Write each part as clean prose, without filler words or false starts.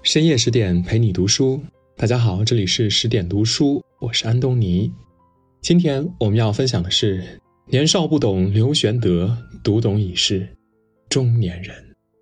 深夜10点陪你读书，大家好，这里是10点读书，我是安东尼。今天我们要分享的是年少不懂刘玄德，读懂已是中年人。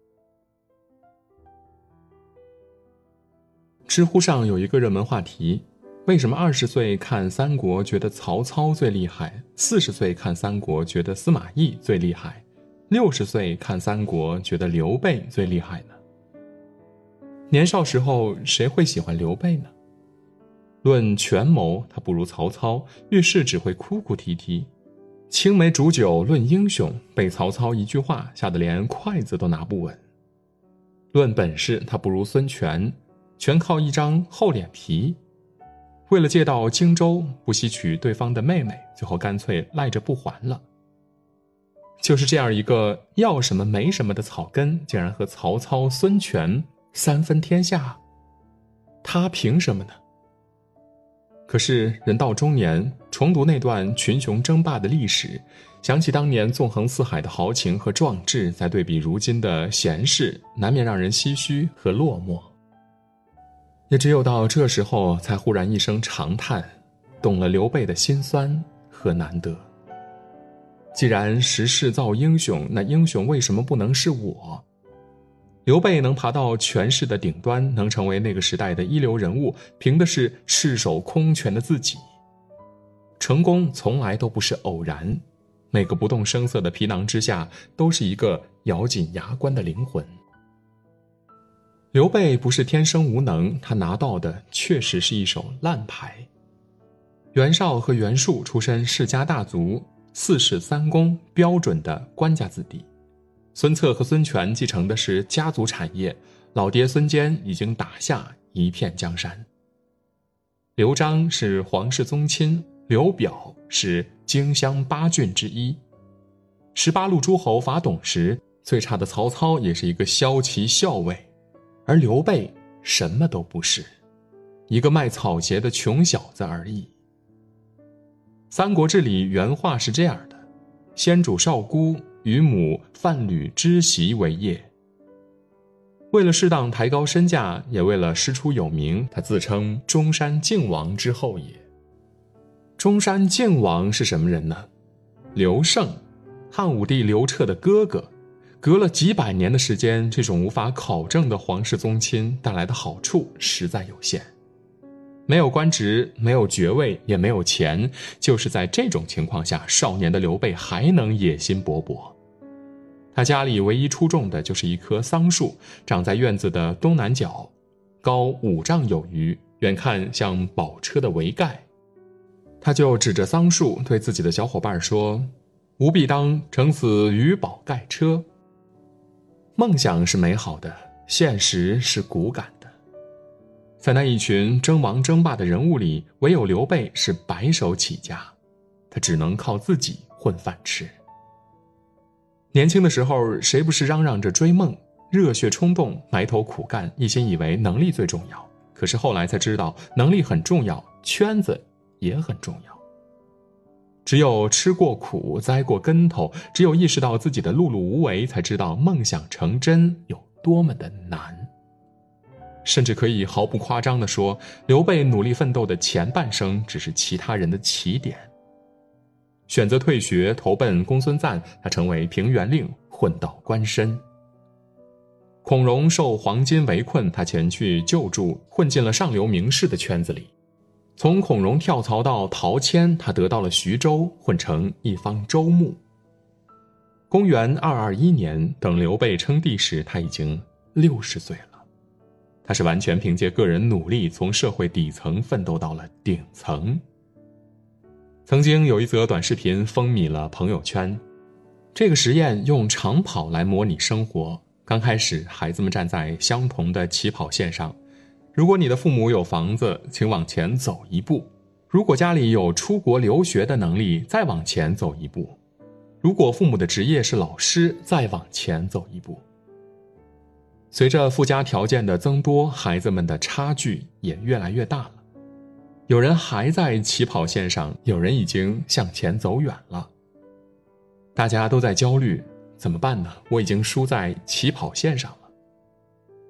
知乎上有一个热门话题，为什么20岁看三国觉得曹操最厉害，40岁看三国觉得司马懿最厉害，60岁看三国觉得刘备最厉害呢？年少时候谁会喜欢刘备呢？论权谋他不如曹操，遇事只会哭哭啼啼。青梅煮酒论英雄，被曹操一句话吓得连筷子都拿不稳。论本事他不如孙权，全靠一张厚脸皮。为了借到荆州，不惜娶对方的妹妹，最后干脆赖着不还了。就是这样一个要什么没什么的草根，竟然和曹操、孙权三分天下，他凭什么呢？可是人到中年，重读那段群雄争霸的历史，想起当年纵横四海的豪情和壮志，再对比如今的闲适，难免让人唏嘘和落寞。也只有到这时候，才忽然一声长叹，懂了刘备的辛酸和难得。既然时势造英雄，那英雄为什么不能是我？刘备能爬到权势的顶端，能成为那个时代的一流人物，凭的是赤手空拳的自己。成功从来都不是偶然，每个不动声色的皮囊之下，都是一个咬紧牙关的灵魂。刘备不是天生无能，他拿到的确实是一手烂牌。袁绍和袁术出身世家大族，4世3公，标准的官家子弟。孙策和孙权继承的是家族产业，老爹孙坚已经打下一片江山。刘璋是皇室宗亲，刘表是荆襄8郡之一。18路诸侯伐董时，最差的曹操也是一个骁骑校尉，而刘备什么都不是，一个卖草鞋的穷小子而已。三国志里原话是这样的：先主少孤，与母范吕之席为业。为了适当抬高身价，也为了师出有名，他自称中山靖王之后也。中山靖王是什么人呢？刘胜，汉武帝刘彻的哥哥。隔了几百年的时间，这种无法考证的皇室宗亲带来的好处实在有限。没有官职，没有爵位，也没有钱，就是在这种情况下，少年的刘备还能野心勃勃。他家里唯一出众的就是一棵桑树，长在院子的东南角，高5丈有余，远看像宝车的桅盖。他就指着桑树对自己的小伙伴说：吾必当乘此于宝盖车。梦想是美好的，现实是骨感的。在那一群争王争霸的人物里，唯有刘备是白手起家，他只能靠自己混饭吃。年轻的时候，谁不是嚷嚷着追梦，热血冲动，埋头苦干，一心以为能力最重要。可是后来才知道，能力很重要，圈子也很重要。只有吃过苦，栽过跟头，只有意识到自己的碌碌无为，才知道梦想成真有多么的难。甚至可以毫不夸张地说，刘备努力奋斗的前半生只是其他人的起点。选择退学投奔公孙瓒，他成为平原令，混到官身。孔融受黄巾围困，他前去救助，混进了上流名士的圈子里。从孔融跳槽到陶谦，他得到了徐州，混成一方州牧。公元221年，等刘备称帝时，他已经60岁了。他是完全凭借个人努力，从社会底层奋斗到了顶层。曾经有一则短视频风靡了朋友圈，这个实验用长跑来模拟生活。刚开始，孩子们站在相同的起跑线上。如果你的父母有房子，请往前走一步；如果家里有出国留学的能力，再往前走一步；如果父母的职业是老师，再往前走一步。随着附加条件的增多，孩子们的差距也越来越大了。有人还在起跑线上，有人已经向前走远了。大家都在焦虑，怎么办呢？我已经输在起跑线上了。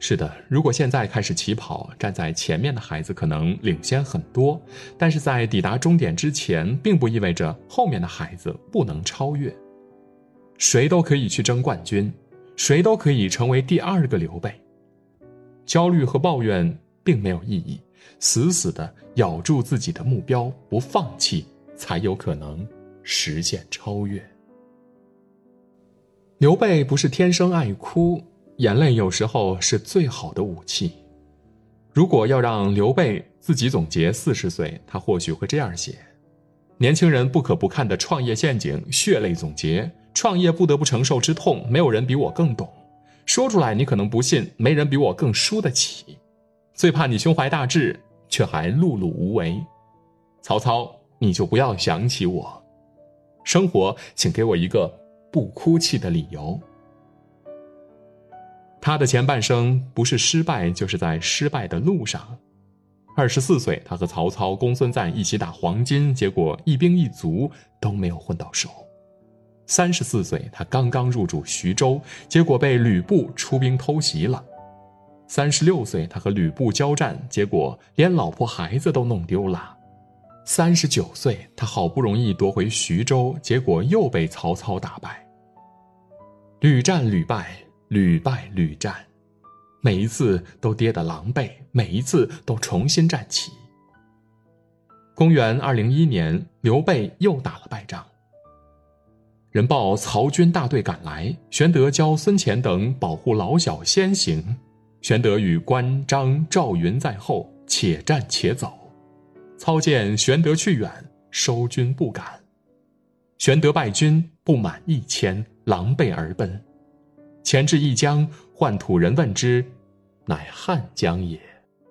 是的，如果现在开始起跑，站在前面的孩子可能领先很多，但是在抵达终点之前，并不意味着后面的孩子不能超越。谁都可以去争冠军，谁都可以成为第二个刘备。焦虑和抱怨并没有意义，死死地咬住自己的目标，不放弃，才有可能实现超越。刘备不是天生爱哭，眼泪有时候是最好的武器。如果要让刘备自己总结40岁，他或许会这样写：年轻人不可不看的创业陷阱，血泪总结，创业不得不承受之痛，没有人比我更懂。说出来你可能不信，没人比我更输得起。最怕你胸怀大志，却还碌碌无为。曹操，你就不要想起我。生活，请给我一个不哭泣的理由。他的前半生不是失败，就是在失败的路上。24岁，他和曹操、公孙瓒一起打黄巾，结果一兵一卒都没有混到手。34岁，他刚刚入主徐州，结果被吕布出兵偷袭了。36岁，他和吕布交战，结果连老婆孩子都弄丢了。39岁，他好不容易夺回徐州，结果又被曹操打败。屡战屡败，屡败屡战，每一次都跌得狼狈，每一次都重新站起。公元201年，刘备又打了败仗。人报曹军大队赶来，玄德教孙乾等保护老小先行。玄德与关张赵云在后，且战且走。操见玄德去远，收军不赶。玄德败军不满1000，狼狈而奔。前至一江，唤土人问之，乃汉江也。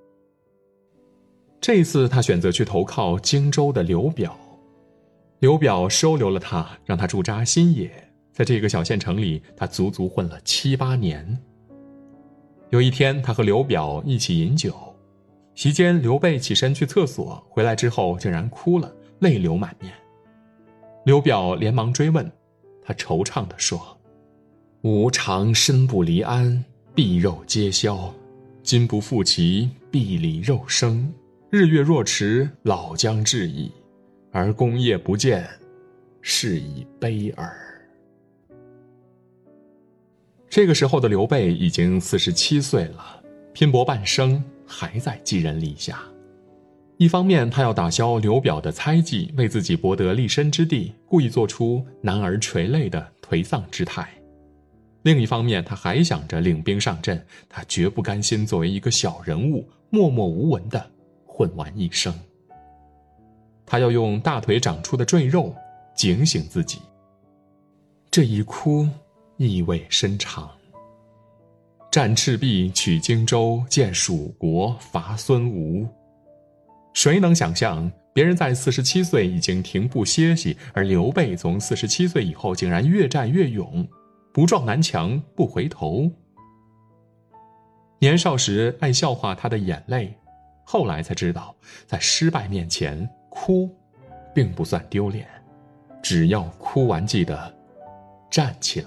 这次他选择去投靠荆州的刘表。刘表收留了他，让他驻扎新野。在这个小县城里，他足足混了7、8年。有一天，他和刘表一起饮酒，席间刘备起身去厕所，回来之后竟然哭了，泪流满面。刘表连忙追问，他惆怅地说：吾常身不离鞍，臂肉皆消，今不复其臂里肉生，日月若迟，老将至矣，而功业不见，是以悲耳。这个时候的刘备已经47岁了，拼搏半生，还在寄人篱下。一方面他要打消刘表的猜忌，为自己博得立身之地，故意做出男儿垂泪的颓丧之态。另一方面他还想着领兵上阵，他绝不甘心作为一个小人物默默无闻地混完一生。他要用大腿长出的赘肉警醒自己。这一哭意味深长。战赤壁，取荆州，建蜀国，伐孙吴。谁能想象别人在47岁已经停步歇息，而刘备从47岁以后竟然越战越勇，不撞南墙不回头。年少时爱笑话他的眼泪，后来才知道，在失败面前哭并不算丢脸，只要哭完记得站起来。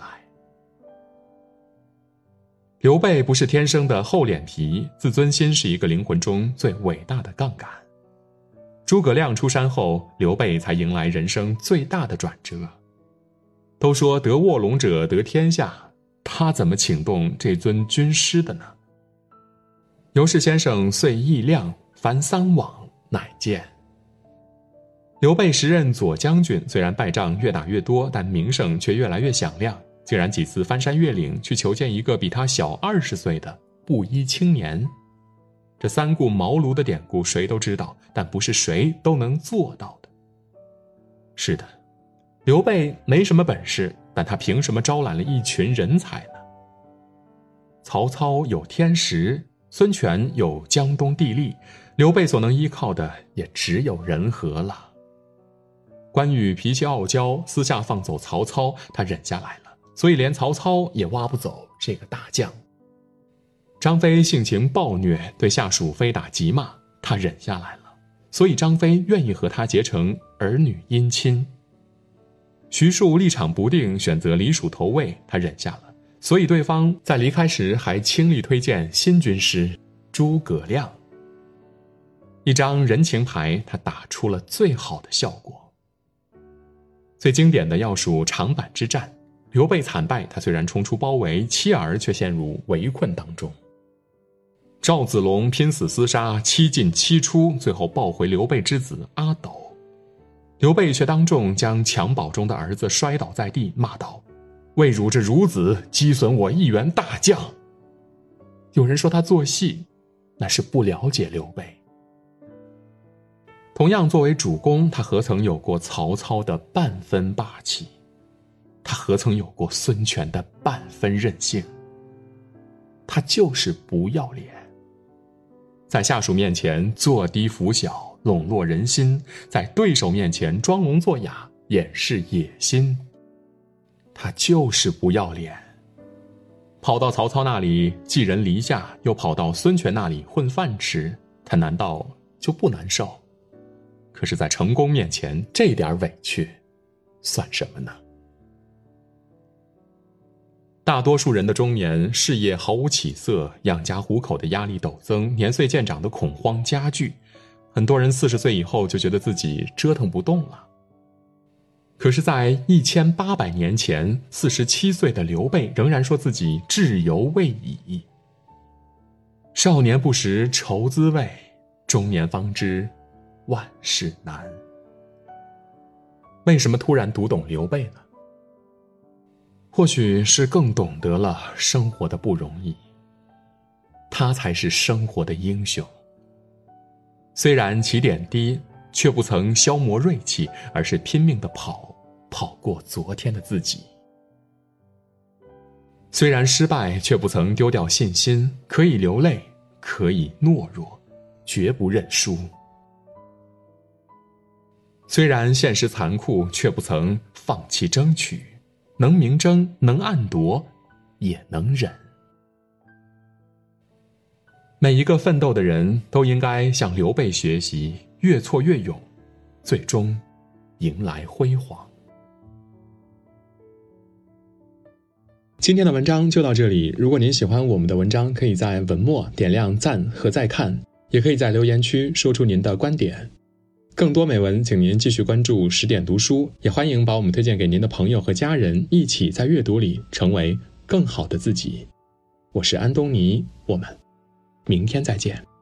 刘备不是天生的厚脸皮，自尊心是一个灵魂中最伟大的杠杆。诸葛亮出山后，刘备才迎来人生最大的转折。都说得卧龙者得天下，他怎么请动这尊军师的呢？尤氏先生遂意亮，凡3往乃见。刘备时任左将军，虽然败仗越打越多，但名声却越来越响亮，竟然几次翻山越岭去求见一个比他小20岁的布衣青年。这3顾茅庐的典故谁都知道，但不是谁都能做到的。是的，刘备没什么本事，但他凭什么招揽了一群人才呢？曹操有天时，孙权有江东地利，刘备所能依靠的也只有人和了。关羽脾气傲娇，私下放走曹操，他忍下来了，所以连曹操也挖不走这个大将。张飞性情暴虐，对下属非打即骂，他忍下来了，所以张飞愿意和他结成儿女姻亲。徐庶立场不定，选择离蜀投魏，他忍下了， 所以对方在离开时还倾力推荐新军师诸葛亮。一张人情牌，他打出了最好的效果。最经典的要数长坂之战，刘备惨败，他虽然冲出包围，妻儿却陷入围困当中。赵子龙拼死厮杀，7进7出，最后抱回刘备之子阿斗。刘备却当众将襁褓中的儿子摔倒在地，骂道：为汝这孺子，击损我一员大将。有人说他做戏，那是不了解刘备。同样作为主公，他何曾有过曹操的半分霸气？他何曾有过孙权的半分任性？他就是不要脸，在下属面前做低服小，笼络人心，在对手面前装聋作哑，掩饰野心。他就是不要脸，跑到曹操那里寄人篱下，又跑到孙权那里混饭吃，他难道就不难受？可是在成功面前，这点委屈算什么呢？大多数人的中年，事业毫无起色，养家糊口的压力陡增，年岁渐长的恐慌加剧。很多人40岁以后就觉得自己折腾不动了。可是在1800年前，47岁的刘备仍然说自己志犹未已。少年不识愁滋味，中年方知万事难。为什么突然读懂刘备呢？或许是更懂得了生活的不容易，他才是生活的英雄。虽然起点低，却不曾消磨锐气，而是拼命地跑过昨天的自己。虽然失败，却不曾丢掉信心，可以流泪，可以懦弱，绝不认输。虽然现实残酷，却不曾放弃争取，能明争，能暗夺，也能忍。每一个奋斗的人都应该向刘备学习，越挫越勇，最终迎来辉煌。 今天的文章就到这里，如果您喜欢我们的文章，可以在文末点亮赞和再看，也可以在留言区说出您的观点。更多美文请您继续关注10点读书，也欢迎把我们推荐给您的朋友和家人，一起在阅读里成为更好的自己。我是安东尼，我们明天再见。